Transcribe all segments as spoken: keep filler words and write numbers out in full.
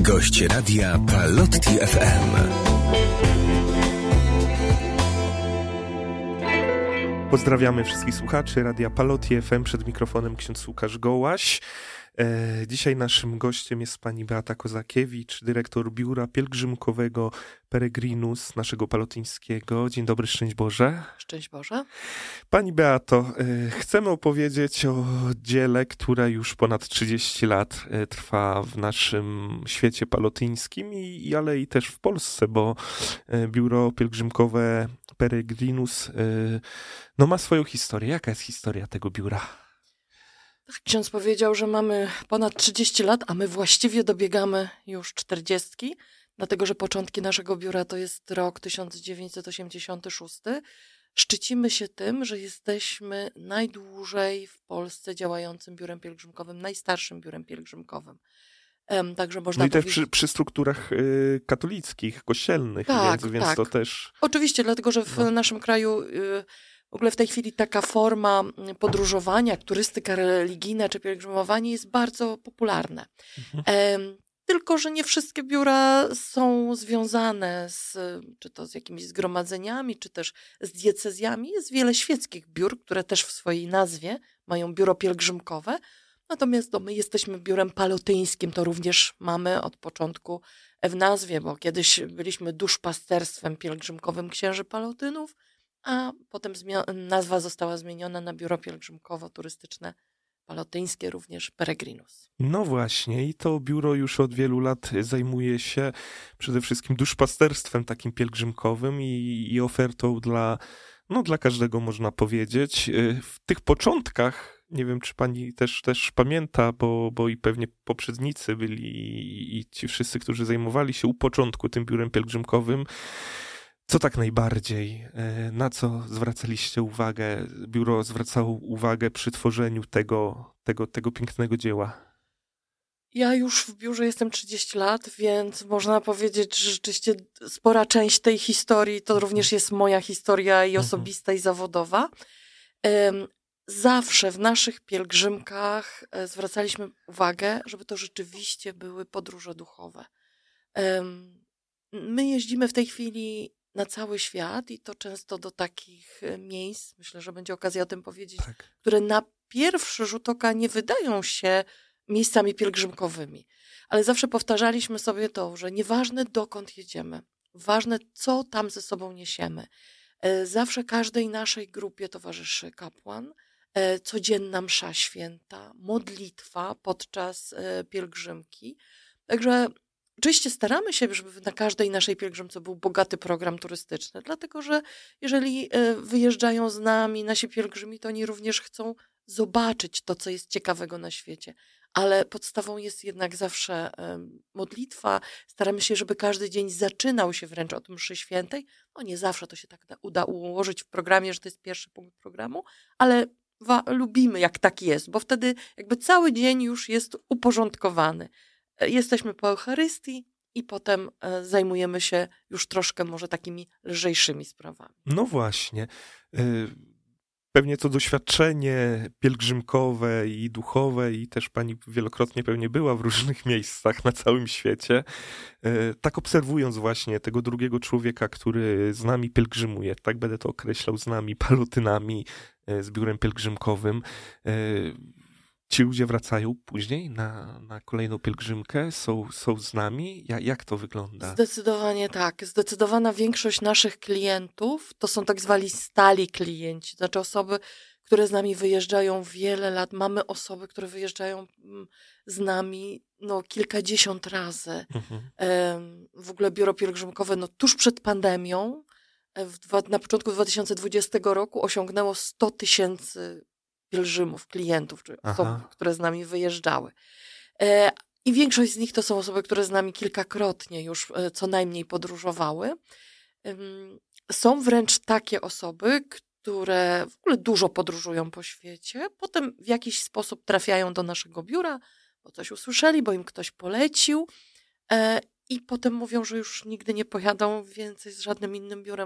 Gość radia Palotti F M. Pozdrawiamy wszystkich słuchaczy Radia Palotti F M, przed mikrofonem ksiądz Łukasz Gołaś. E, dzisiaj naszym gościem jest pani Beata Kozakiewicz, dyrektor Biura Pielgrzymkowego Peregrinus naszego palotyńskiego. Dzień dobry, szczęść Boże. Szczęść Boże. Pani Beato, e, chcemy opowiedzieć o dziele, które już ponad trzydzieści lat e, trwa w naszym świecie palotyńskim, i, ale i też w Polsce, bo e, Biuro Pielgrzymkowe Peregrinus e, no, ma swoją historię. Jaka jest historia tego biura? Tak, ksiądz powiedział, że mamy ponad trzydzieści lat, a my właściwie dobiegamy już czterdziestki, dlatego że początki naszego biura to jest rok tysiąc dziewięćset osiemdziesiąty szósty. Szczycimy się tym, że jesteśmy najdłużej w Polsce działającym biurem pielgrzymkowym, najstarszym biurem pielgrzymkowym. Um, także można no i też powiedzieć... przy, przy strukturach y, katolickich, kościelnych, tak, więc, więc tak. to też... Oczywiście, dlatego że w no. naszym kraju... Y, W ogóle w tej chwili taka forma podróżowania, jak turystyka religijna czy pielgrzymowanie jest bardzo popularne. Mhm. E, tylko że nie wszystkie biura są związane z, czy to z jakimiś zgromadzeniami, czy też z diecezjami. Jest wiele świeckich biur, które też w swojej nazwie mają biuro pielgrzymkowe. Natomiast no, my jesteśmy biurem palotyńskim, to również mamy od początku w nazwie, bo kiedyś byliśmy duszpasterstwem pielgrzymkowym księży palotynów, a potem zmio- nazwa została zmieniona na Biuro Pielgrzymkowo-Turystyczne Palotyńskie, również Peregrinus. No właśnie, i to biuro już od wielu lat zajmuje się przede wszystkim duszpasterstwem takim pielgrzymkowym i, i ofertą dla, no, dla każdego, można powiedzieć. W tych początkach, nie wiem, czy pani też, też pamięta, bo, bo i pewnie poprzednicy byli i, i ci wszyscy, którzy zajmowali się u początku tym biurem pielgrzymkowym. Co tak najbardziej, na co zwracaliście uwagę, biuro zwracało uwagę przy tworzeniu tego, tego, tego pięknego dzieła? Ja już w biurze jestem trzydzieści lat, więc można powiedzieć, że rzeczywiście spora część tej historii to również jest moja historia i osobista, i zawodowa. Zawsze w naszych pielgrzymkach zwracaliśmy uwagę, żeby to rzeczywiście były podróże duchowe. My jeździmy w tej chwili na cały świat i to często do takich miejsc, myślę, że będzie okazja o tym powiedzieć, tak. które na pierwszy rzut oka nie wydają się miejscami pielgrzymkowymi. Ale zawsze powtarzaliśmy sobie to, że nieważne dokąd jedziemy, ważne co tam ze sobą niesiemy. Zawsze każdej naszej grupie towarzyszy kapłan, codzienna msza święta, modlitwa podczas pielgrzymki. Także oczywiście staramy się, żeby na każdej naszej pielgrzymce był bogaty program turystyczny, dlatego że jeżeli wyjeżdżają z nami nasi pielgrzymi, to oni również chcą zobaczyć to, co jest ciekawego na świecie. Ale podstawą jest jednak zawsze modlitwa. Staramy się, żeby każdy dzień zaczynał się wręcz od mszy świętej. No nie zawsze to się tak uda ułożyć w programie, że to jest pierwszy punkt programu, ale wa- lubimy, jak tak jest, bo wtedy jakby cały dzień już jest uporządkowany. Jesteśmy po Eucharystii i potem zajmujemy się już troszkę może takimi lżejszymi sprawami. No właśnie. Pewnie to doświadczenie pielgrzymkowe i duchowe, i też pani wielokrotnie pewnie była w różnych miejscach na całym świecie. Tak obserwując właśnie tego drugiego człowieka, który z nami pielgrzymuje, tak będę to określał, z nami palotynami, z biurem pielgrzymkowym. Ci ludzie wracają później na, na kolejną pielgrzymkę, są, są z nami. Ja, jak to wygląda? Zdecydowanie tak. Zdecydowana większość naszych klientów to są tak zwani stali klienci, znaczy osoby, które z nami wyjeżdżają wiele lat. Mamy osoby, które wyjeżdżają z nami no, kilkadziesiąt razy. Mhm. W ogóle biuro pielgrzymkowe no, tuż przed pandemią, w dwa, na początku dwa tysiące dwudziestego roku osiągnęło sto tysięcy pielgrzymów, klientów, czy osób, Aha. które z nami wyjeżdżały. E, I większość z nich to są osoby, które z nami kilkakrotnie już e, co najmniej podróżowały. E, są wręcz takie osoby, które w ogóle dużo podróżują po świecie, potem w jakiś sposób trafiają do naszego biura, bo coś usłyszeli, bo im ktoś polecił e, i potem mówią, że już nigdy nie pojadą więcej z żadnym innym biurem.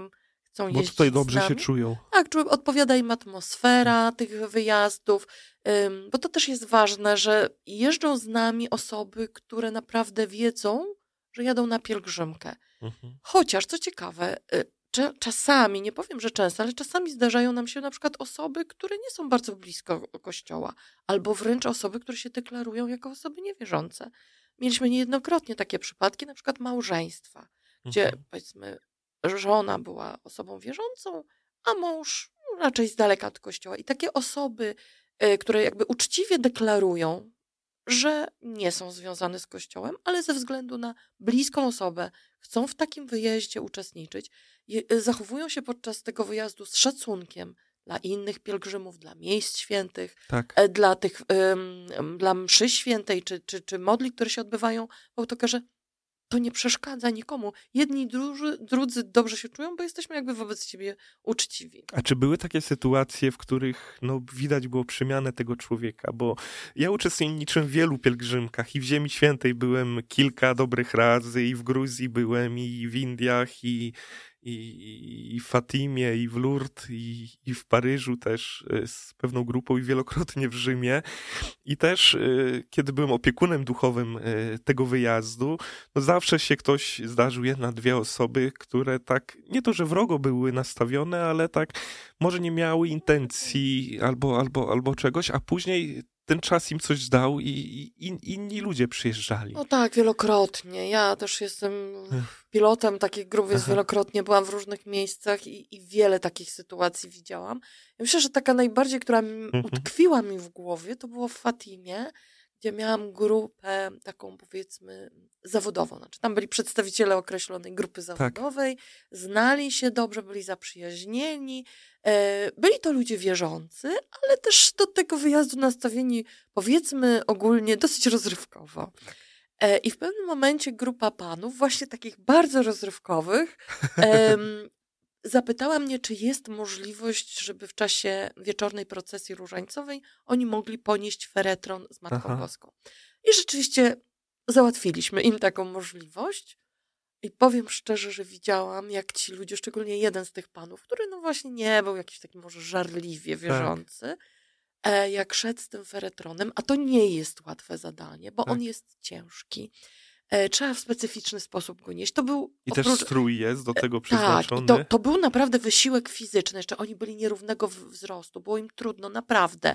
chcą Bo jeździć tutaj dobrze z nami. się czują. Tak, odpowiada im atmosfera tych wyjazdów, ym, bo to też jest ważne, że jeżdżą z nami osoby, które naprawdę wiedzą, że jadą na pielgrzymkę. Mhm. Chociaż, co ciekawe, y, czasami, nie powiem, że często, ale czasami zdarzają nam się na przykład osoby, które nie są bardzo blisko kościoła, albo wręcz osoby, które się deklarują jako osoby niewierzące. Mieliśmy niejednokrotnie takie przypadki, na przykład małżeństwa, gdzie Mhm. powiedzmy żona była osobą wierzącą, a mąż raczej z daleka od kościoła. I takie osoby, y, które jakby uczciwie deklarują, że nie są związane z kościołem, ale ze względu na bliską osobę chcą w takim wyjeździe uczestniczyć, je, zachowują się podczas tego wyjazdu z szacunkiem dla innych pielgrzymów, dla miejsc świętych, Tak. e, dla tych, ym, dla mszy świętej, czy, czy, czy modli, które się odbywają w autokarze. To nie przeszkadza nikomu. Jedni i drudzy, drudzy dobrze się czują, bo jesteśmy jakby wobec siebie uczciwi. A czy były takie sytuacje, w których no, widać było przemianę tego człowieka? Bo ja uczestniczyłem w wielu pielgrzymkach i w Ziemi Świętej byłem kilka dobrych razy, i w Gruzji byłem, i w Indiach, i, i, i w Fatimie, i w Lourdes, i, i w Paryżu też z pewną grupą, i wielokrotnie w Rzymie. I też, kiedy byłem opiekunem duchowym tego wyjazdu, no zawsze się ktoś zdarzył, jedna, dwie osoby, które tak, nie to, że wrogo były nastawione, ale tak może nie miały intencji albo, albo, albo czegoś, a później ten czas im coś dał i, i inni ludzie przyjeżdżali. No tak, wielokrotnie. Ja też jestem pilotem takich grup, więc Aha. wielokrotnie byłam w różnych miejscach i, i wiele takich sytuacji widziałam. Ja myślę, że taka najbardziej, która mi, Mhm. utkwiła mi w głowie, to było w Fatimie, gdzie miałam grupę taką, powiedzmy, zawodową. Znaczy, tam byli przedstawiciele określonej grupy zawodowej, tak. Znali się dobrze, byli zaprzyjaźnieni. E, byli to ludzie wierzący, ale też do tego wyjazdu nastawieni, powiedzmy ogólnie, dosyć rozrywkowo. E, I w pewnym momencie grupa panów, właśnie takich bardzo rozrywkowych, e, zapytała mnie, czy jest możliwość, żeby w czasie wieczornej procesji różańcowej oni mogli ponieść feretron z Matką Aha. Boską. I rzeczywiście załatwiliśmy im taką możliwość. I powiem szczerze, że widziałam, jak ci ludzie, szczególnie jeden z tych panów, który no właśnie nie był jakiś taki może żarliwie wierzący, tak. jak szedł z tym feretronem, a to nie jest łatwe zadanie, bo tak. on jest ciężki. Trzeba w specyficzny sposób go nieść. To był I oprócz... też strój jest do tego przeznaczony. Tak, i to, to był naprawdę wysiłek fizyczny. Jeszcze oni byli nierównego wzrostu. Było im trudno, naprawdę.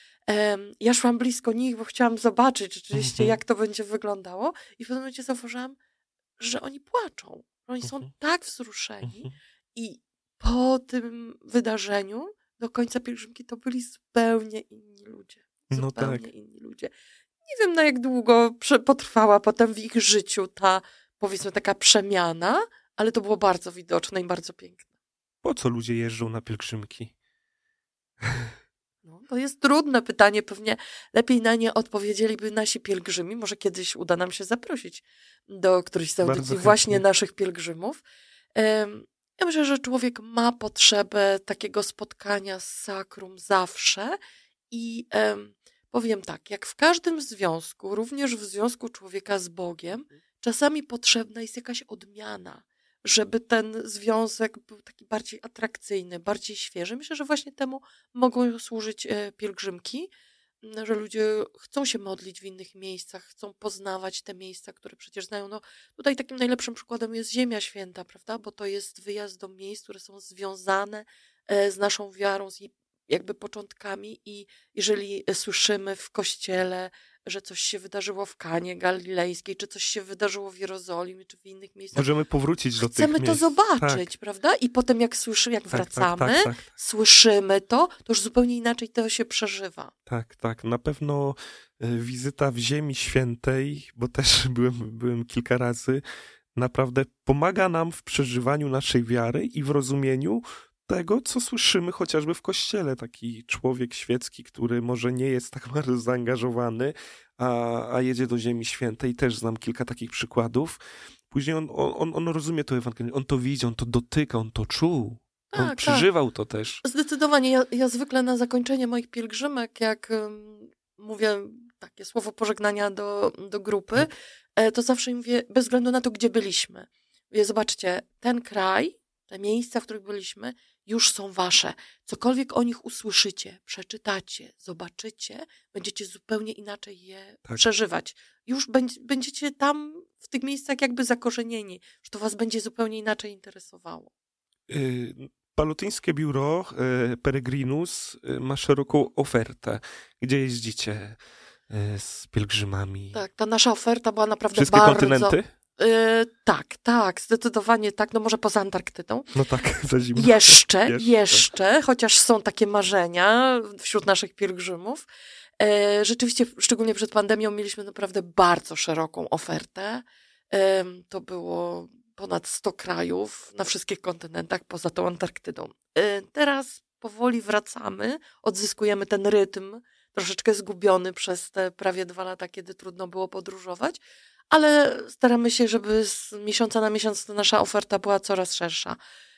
Um, ja szłam blisko nich, bo chciałam zobaczyć rzeczywiście, mm-hmm. jak to będzie wyglądało. I w pewnym momencie zauważyłam, że oni płaczą. Oni mm-hmm. są tak wzruszeni. Mm-hmm. I po tym wydarzeniu do końca pielgrzymki to byli zupełnie inni ludzie. Zupełnie no tak. inni ludzie. Nie wiem, na jak długo potrwała potem w ich życiu ta, powiedzmy, taka przemiana, ale to było bardzo widoczne i bardzo piękne. Po co ludzie jeżdżą na pielgrzymki? No, to jest trudne pytanie. Pewnie lepiej na nie odpowiedzieliby nasi pielgrzymi. Może kiedyś uda nam się zaprosić do którejś z audycji właśnie naszych pielgrzymów. Um, ja myślę, że człowiek ma potrzebę takiego spotkania z sakrum zawsze i um, powiem tak, jak w każdym związku, również w związku człowieka z Bogiem, czasami potrzebna jest jakaś odmiana, żeby ten związek był taki bardziej atrakcyjny, bardziej świeży. Myślę, że właśnie temu mogą służyć pielgrzymki, że ludzie chcą się modlić w innych miejscach, chcą poznawać te miejsca, które przecież znają. No, tutaj takim najlepszym przykładem jest Ziemia Święta, prawda? Bo to jest wyjazd do miejsc, które są związane z naszą wiarą, z jej jakby początkami i jeżeli słyszymy w kościele, że coś się wydarzyło w Kanie Galilejskiej, czy coś się wydarzyło w Jerozolimie, czy w innych miejscach. Możemy powrócić do Chcemy tych miejsc. Chcemy to zobaczyć, tak. prawda? I potem jak słyszymy, jak tak, wracamy, tak, tak, tak, tak. słyszymy to, to już zupełnie inaczej to się przeżywa. Tak, tak. Na pewno wizyta w Ziemi Świętej, bo też byłem, byłem kilka razy, naprawdę pomaga nam w przeżywaniu naszej wiary i w rozumieniu tego, co słyszymy chociażby w kościele. Taki człowiek świecki, który może nie jest tak bardzo zaangażowany, a, a jedzie do Ziemi Świętej. Też znam kilka takich przykładów. Później on, on, on rozumie to Ewangelię, on to widzi, on to dotyka, on to czuł. On tak, przeżywał tak. to też. Zdecydowanie. Ja, ja zwykle na zakończenie moich pielgrzymek, jak um, mówię takie słowo pożegnania do, do grupy, tak. to zawsze im mówię, bez względu na to, gdzie byliśmy. Mówię, zobaczcie, ten kraj, te miejsca, w których byliśmy, już są wasze. Cokolwiek o nich usłyszycie, przeczytacie, zobaczycie, będziecie zupełnie inaczej je tak. przeżywać. Już będziecie tam w tych miejscach jakby zakorzenieni, że to was będzie zupełnie inaczej interesowało. Y- Palotyńskie biuro y, Peregrinus y, ma szeroką ofertę, gdzie jeździcie y, z pielgrzymami. Tak, ta nasza oferta była naprawdę Wszystkie bardzo... kontynenty? Y, tak, tak, zdecydowanie tak, no może poza Antarktydą. No tak, za zimno. Jeszcze, jeszcze, jeszcze, chociaż są takie marzenia wśród naszych pielgrzymów. E, rzeczywiście, szczególnie przed pandemią, mieliśmy naprawdę bardzo szeroką ofertę. E, to było ponad sto krajów na wszystkich kontynentach poza tą Antarktydą. E, teraz powoli wracamy, odzyskujemy ten rytm, troszeczkę zgubiony przez te prawie dwa lata, kiedy trudno było podróżować, ale staramy się, żeby z miesiąca na miesiąc ta nasza oferta była coraz szersza.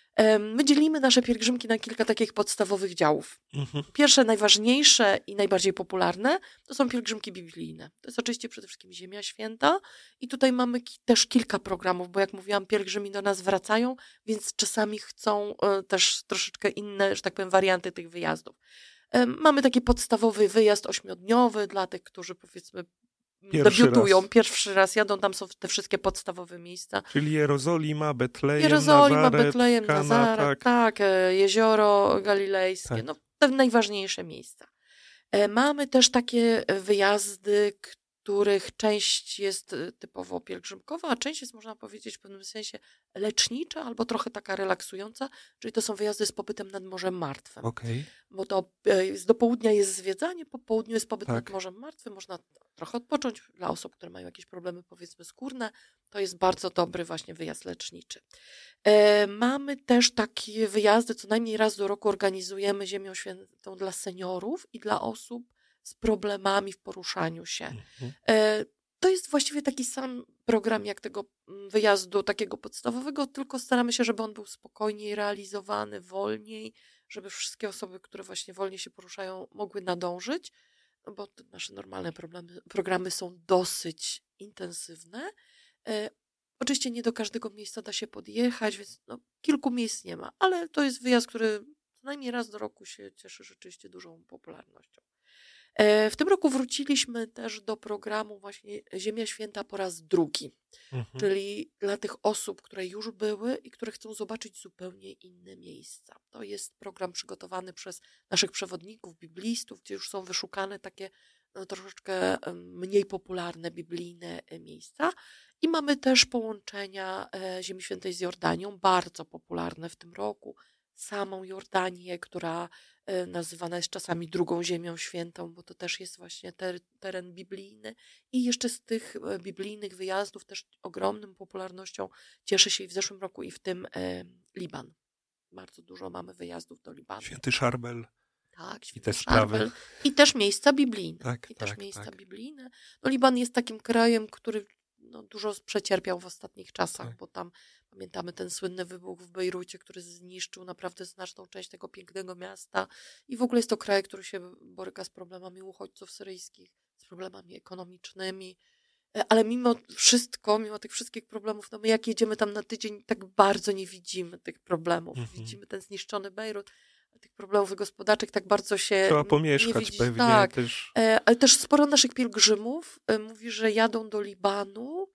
My dzielimy nasze pielgrzymki na kilka takich podstawowych działów. Mhm. Pierwsze, najważniejsze i najbardziej popularne to są pielgrzymki biblijne. To jest oczywiście przede wszystkim Ziemia Święta i tutaj mamy ki- też kilka programów, bo jak mówiłam, pielgrzymi do nas wracają, więc czasami chcą y, też troszeczkę inne, że tak powiem, warianty tych wyjazdów. Y, mamy taki podstawowy wyjazd ośmiodniowy dla tych, którzy powiedzmy Pierwszy debiutują, raz. pierwszy raz jadą, tam są te wszystkie podstawowe miejsca. Czyli Jerozolima, Betlejem, Jerozolima, Nazaret, Betlejem, Kana, Nazaret, tak. tak, jezioro galilejskie, tak. no te najważniejsze miejsca. Mamy też takie wyjazdy, których część jest typowo pielgrzymkowa, a część jest, można powiedzieć, w pewnym sensie lecznicza albo trochę taka relaksująca, czyli to są wyjazdy z pobytem nad Morzem Martwym. Okay. Bo to do południa jest zwiedzanie, po południu jest pobyt tak. nad Morzem Martwym, można trochę odpocząć dla osób, które mają jakieś problemy, powiedzmy, skórne. To jest bardzo dobry właśnie wyjazd leczniczy. E, mamy też takie wyjazdy, co najmniej raz do roku organizujemy Ziemią Świętą dla seniorów i dla osób z problemami w poruszaniu się. Mhm. E, to jest właściwie taki sam program jak tego wyjazdu takiego podstawowego, tylko staramy się, żeby on był spokojniej realizowany, wolniej, żeby wszystkie osoby, które właśnie wolniej się poruszają, mogły nadążyć, bo te nasze normalne problemy, programy są dosyć intensywne. E, oczywiście nie do każdego miejsca da się podjechać, więc no, kilku miejsc nie ma, ale to jest wyjazd, który co najmniej raz do roku się cieszy rzeczywiście dużą popularnością. E, w tym roku wróciliśmy też do programu właśnie Ziemia Święta po raz drugi, mhm. czyli dla tych osób, które już były i które chcą zobaczyć zupełnie inne miejsca. To jest program przygotowany przez naszych przewodników, biblistów, gdzie już są wyszukane takie no, troszeczkę mniej popularne biblijne miejsca. I mamy też połączenia Ziemi Świętej z Jordanią, bardzo popularne w tym roku. Samą Jordanię, która nazywana jest czasami drugą Ziemią Świętą, bo to też jest właśnie ter, teren biblijny. I jeszcze z tych biblijnych wyjazdów też ogromną popularnością cieszy się i w zeszłym roku i w tym e, Liban. Bardzo dużo mamy wyjazdów do Libanu. Święty Szarbel. Tak, Święty I te Szarbel. sprawy. I też miejsca biblijne. Tak, I tak, też miejsca tak. biblijne. No Liban jest takim krajem, który no, dużo przecierpiał w ostatnich czasach, tak. bo tam pamiętamy ten słynny wybuch w Bejrucie, który zniszczył naprawdę znaczną część tego pięknego miasta i w ogóle jest to kraj, który się boryka z problemami uchodźców syryjskich, z problemami ekonomicznymi, ale mimo wszystko, mimo tych wszystkich problemów, no my jak jedziemy tam na tydzień, tak bardzo nie widzimy tych problemów. Mhm. Widzimy ten zniszczony Bejrut, tych problemów gospodarczych tak bardzo się Trzeba pomieszkać nie widzi. pewnie tak. też. Ale też sporo naszych pielgrzymów mówi, że jadą do Libanu,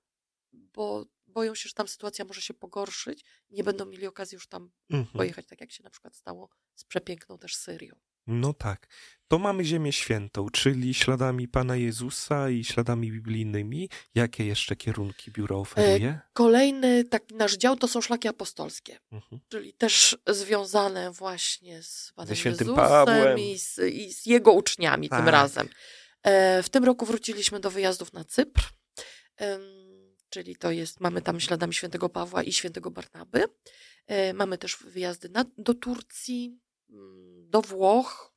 bo boją się, że tam sytuacja może się pogorszyć i nie będą mieli okazji już tam mhm. pojechać, tak jak się na przykład stało z przepiękną też Syrią. No tak. To mamy Ziemię Świętą, czyli śladami Pana Jezusa i śladami biblijnymi. Jakie jeszcze kierunki biuro oferuje? Kolejny taki nasz dział to są szlaki apostolskie, mhm. czyli też związane właśnie z Panem Świętym Jezusem Pawłem. I, z, i z jego uczniami tak. tym razem. W tym roku wróciliśmy do wyjazdów na Cypr, czyli to jest, mamy tam śladami świętego Pawła i świętego Barnaby. Mamy też wyjazdy na, do Turcji, do Włoch,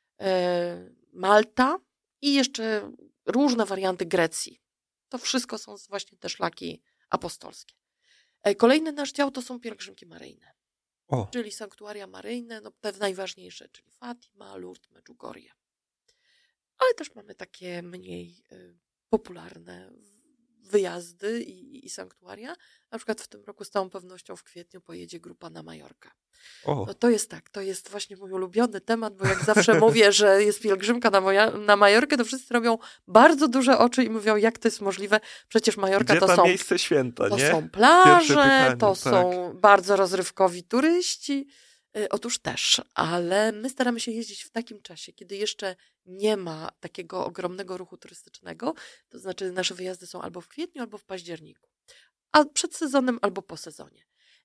Malta i jeszcze różne warianty Grecji. To wszystko są właśnie te szlaki apostolskie. Kolejny nasz dział to są pielgrzymki maryjne, o. czyli sanktuaria maryjne, no te najważniejsze, czyli Fatima, Lourdes, Medjugorje. Ale też mamy takie mniej popularne wyjazdy i, i sanktuaria. Na przykład w tym roku z całą pewnością w kwietniu pojedzie grupa na Majorkę. O. No to jest tak, to jest właśnie mój ulubiony temat, bo jak zawsze mówię, że jest pielgrzymka na, moja, na Majorkę, to wszyscy robią bardzo duże oczy i mówią, jak to jest możliwe. Przecież Majorka Gdzie to tam są, miejsce święta, to nie? są plaże, pytanie, to tak. są bardzo rozrywkowi turyści. Y, Otóż też, ale my staramy się jeździć w takim czasie, kiedy jeszcze nie ma takiego ogromnego ruchu turystycznego, to znaczy nasze wyjazdy są albo w kwietniu, albo w październiku, a przed sezonem albo po sezonie.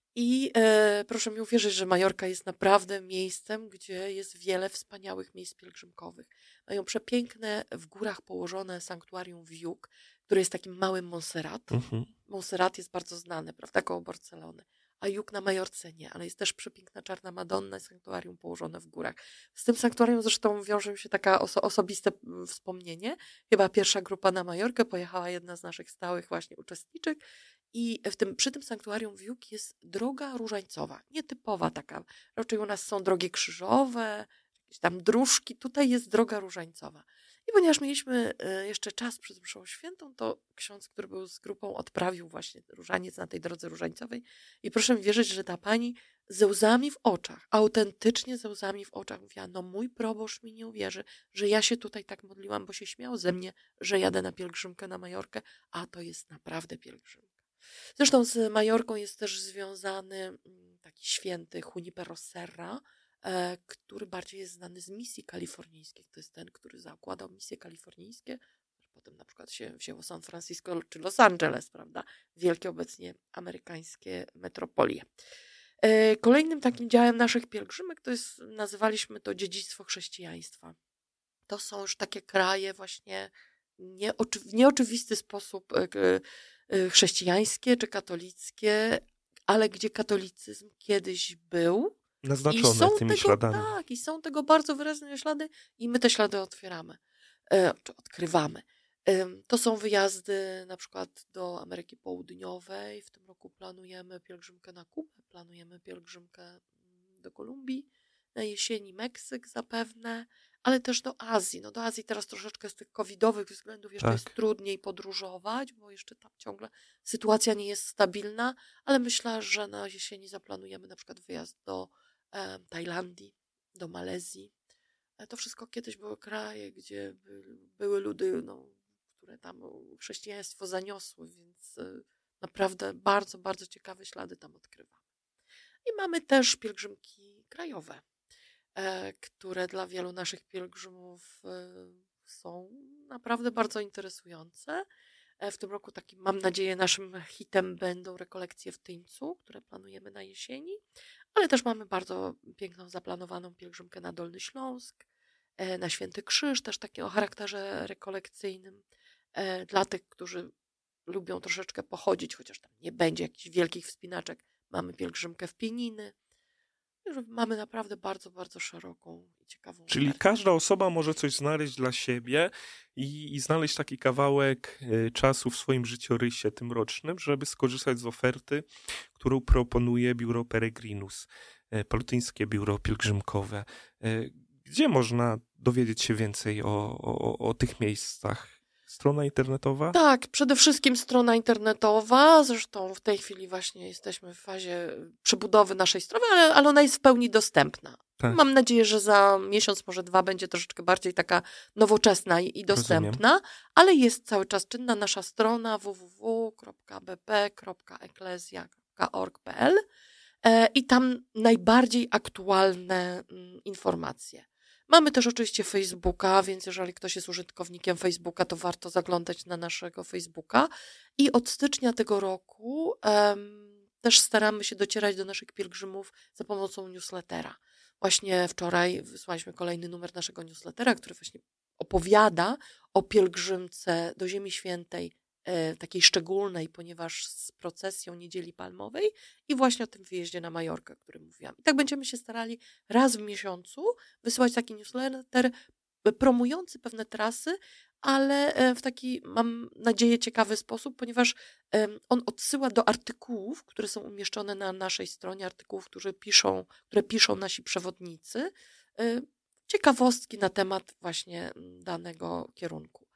I e, proszę mi uwierzyć, że Majorka jest naprawdę miejscem, gdzie jest wiele wspaniałych miejsc pielgrzymkowych. Mają przepiękne, w górach położone sanktuarium Viuk, które jest takim małym Montserrat. Mhm. Montserrat jest bardzo znany, prawda, koło Barcelony. A Viuk na Majorce nie, ale jest też przepiękna Czarna Madonna, sanktuarium położone w górach. Z tym sanktuarium zresztą wiąże się taka oso- osobiste mm, wspomnienie. Chyba pierwsza grupa na Majorkę pojechała jedna z naszych stałych właśnie uczestniczek i w tym, przy tym sanktuarium Viuk jest droga różańcowa, nietypowa taka. Raczej u nas są drogi krzyżowe, jakieś tam dróżki, tutaj jest droga różańcowa. I ponieważ mieliśmy e, jeszcze czas przed mszą świętą, to ksiądz, który był z grupą, odprawił właśnie różaniec na tej drodze różańcowej. I proszę mi wierzyć, że ta pani ze łzami w oczach, autentycznie ze łzami w oczach mówiła, no mój proboszcz mi nie uwierzy, że ja się tutaj tak modliłam, bo się śmiał ze mnie, że jadę na pielgrzymkę na Majorkę, a to jest naprawdę pielgrzymka. Zresztą z Majorką jest też związany mm, taki święty Junipero Serra, e, który bardziej jest znany z misji kalifornijskich. To jest ten, który zakładał misje kalifornijskie. Potem na przykład się wzięło San Francisco czy Los Angeles, prawda? Wielkie obecnie amerykańskie metropolie. E, kolejnym takim działem naszych pielgrzymek to jest, nazywaliśmy to dziedzictwo chrześcijaństwa. To są już takie kraje właśnie nieoczy, w nieoczywisty sposób e, e, chrześcijańskie czy katolickie, ale gdzie katolicyzm kiedyś był. Naznaczone I są tymi tego, śladami. Tak, i są tego bardzo wyraźne ślady i my te ślady otwieramy, e, czy odkrywamy. E, to są wyjazdy na przykład do Ameryki Południowej. W tym roku planujemy pielgrzymkę na Kubę, planujemy pielgrzymkę do Kolumbii, na jesieni Meksyk zapewne, ale też do Azji. No do Azji teraz troszeczkę z tych covidowych względów jeszcze Tak. jest trudniej podróżować, bo jeszcze tam ciągle sytuacja nie jest stabilna, ale myślę, że na jesieni zaplanujemy na przykład wyjazd do e, Tajlandii, do Malezji. E, to wszystko kiedyś były kraje, gdzie by, były ludy, no, które tam chrześcijaństwo zaniosły, więc e, naprawdę bardzo, bardzo ciekawe ślady tam odkrywamy. I mamy też pielgrzymki krajowe, e, które dla wielu naszych pielgrzymów e, są naprawdę bardzo interesujące. E, w tym roku takim, mam nadzieję, naszym hitem będą rekolekcje w Tyńcu, które planujemy na jesieni, ale też mamy bardzo piękną zaplanowaną pielgrzymkę na Dolny Śląsk, e, na Święty Krzyż, też takie o charakterze rekolekcyjnym, e, dla tych, którzy lubią troszeczkę pochodzić, chociaż tam nie będzie jakichś wielkich wspinaczek. Mamy pielgrzymkę w Pieniny. Mamy naprawdę bardzo, bardzo szeroką i ciekawą Czyli ofertę. każda osoba może coś znaleźć dla siebie i, i znaleźć taki kawałek y, czasu w swoim życiorysie tym rocznym, żeby skorzystać z oferty, którą proponuje Biuro Peregrinus, y, Palotyńskie Biuro Pielgrzymkowe. Y, gdzie można dowiedzieć się więcej o, o, o tych miejscach? Strona internetowa? Tak, przede wszystkim strona internetowa. Zresztą w tej chwili właśnie jesteśmy w fazie przebudowy naszej strony, ale, ale ona jest w pełni dostępna. Tak. Mam nadzieję, że za miesiąc, może dwa, będzie troszeczkę bardziej taka nowoczesna i, i dostępna, Rozumiem. Ale jest cały czas czynna nasza strona w w w kropka b p kropka eklezja kropka org kropka p l e, i tam najbardziej aktualne mm, informacje. Mamy też oczywiście Facebooka, więc jeżeli ktoś jest użytkownikiem Facebooka, to warto zaglądać na naszego Facebooka. I od stycznia tego roku um, też staramy się docierać do naszych pielgrzymów za pomocą newslettera. Właśnie wczoraj wysłaliśmy kolejny numer naszego newslettera, który właśnie opowiada o pielgrzymce do Ziemi Świętej, e, takiej szczególnej, ponieważ z procesją Niedzieli Palmowej i właśnie o tym wyjeździe na Majorkę, o którym mówiłam. I tak będziemy się starali raz w miesiącu wysyłać taki newsletter promujący pewne trasy, ale w taki, mam nadzieję, ciekawy sposób, ponieważ on odsyła do artykułów, które są umieszczone na naszej stronie, artykułów, które piszą, które piszą nasi przewodnicy, ciekawostki na temat właśnie danego kierunku.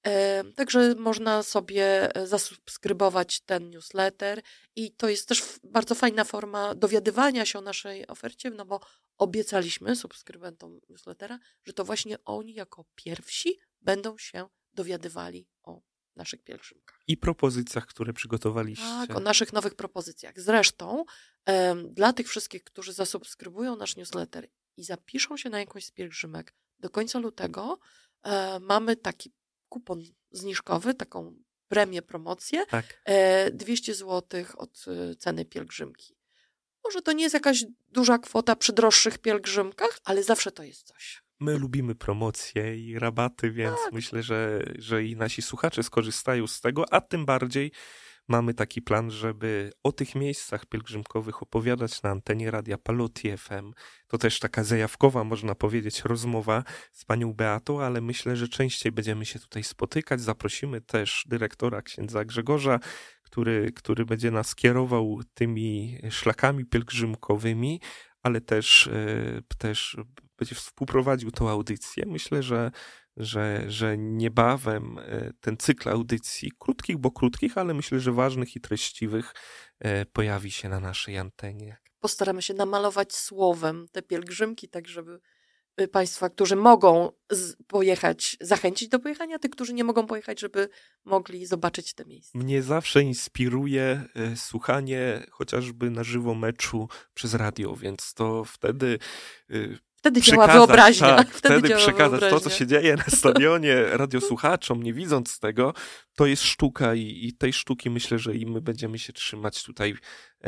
Także można sobie zasubskrybować ten newsletter i to jest też bardzo fajna forma dowiadywania się o naszej ofercie, no bo obiecaliśmy subskrybentom newslettera, że to właśnie oni jako pierwsi będą się dowiadywali o naszych pielgrzymkach. I propozycjach, które przygotowaliście. Tak, o naszych nowych propozycjach. Zresztą um, dla tych wszystkich, którzy zasubskrybują nasz newsletter i zapiszą się na jakąś z pielgrzymek do końca lutego, um, mamy taki kupon zniżkowy, taką premię, promocję, tak. e, dwieście złotych od e, ceny pielgrzymki. Może to nie jest jakaś duża kwota przy droższych pielgrzymkach, ale zawsze to jest coś. My lubimy promocje i rabaty, więc tak. myślę, że, że i nasi słuchacze skorzystają z tego, a tym bardziej mamy taki plan, żeby o tych miejscach pielgrzymkowych opowiadać na antenie Radia Palotti F M. To też taka zajawkowa, można powiedzieć, rozmowa z panią Beatą, ale myślę, że częściej będziemy się tutaj spotykać. Zaprosimy też dyrektora księdza Grzegorza, który, który będzie nas kierował tymi szlakami pielgrzymkowymi, ale też, też będzie współprowadził tą audycję. Myślę, że Że, że niebawem ten cykl audycji, krótkich, bo krótkich, ale myślę, że ważnych i treściwych, pojawi się na naszej antenie. Postaramy się namalować słowem te pielgrzymki, tak żeby Państwa, którzy mogą pojechać, zachęcić do pojechania, tych, którzy nie mogą pojechać, żeby mogli zobaczyć te miejsca. Mnie zawsze inspiruje słuchanie chociażby na żywo meczu przez radio, więc to wtedy... Wtedy działa wyobraźnia. Tak, wtedy wtedy działa przekazać wyobraźnia. to, co się dzieje na stadionie radiosłuchaczom, nie widząc tego, to jest sztuka i, i tej sztuki myślę, że i my będziemy się trzymać tutaj e,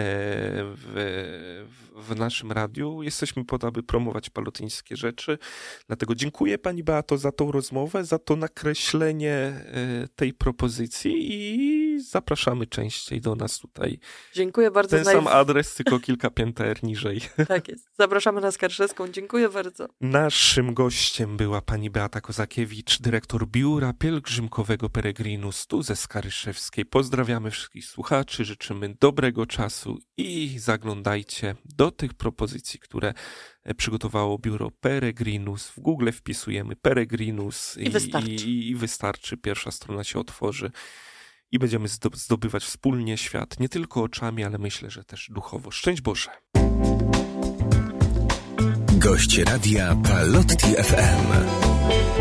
w, w naszym radiu. Jesteśmy po to, aby promować palotyńskie rzeczy. Dlatego dziękuję pani Beato za tą rozmowę, za to nakreślenie e, tej propozycji i zapraszamy częściej do nas tutaj. Dziękuję bardzo. Ten sam adres, tylko kilka pięter niżej. Tak jest. Zapraszamy na Skarżewską. Dziękuję bardzo. Naszym gościem była pani Beata Kozakiewicz, dyrektor Biura Pielgrzymkowego Peregrinus tu ze Skaryszewskiej. Pozdrawiamy wszystkich słuchaczy, życzymy dobrego czasu i zaglądajcie do tych propozycji, które przygotowało biuro Peregrinus. W Google wpisujemy Peregrinus i, i, wystarczy. i, i wystarczy. Pierwsza strona się otworzy i będziemy zdobywać wspólnie świat, nie tylko oczami, ale myślę, że też duchowo. Szczęść Boże! Gość Radia Palotti F M.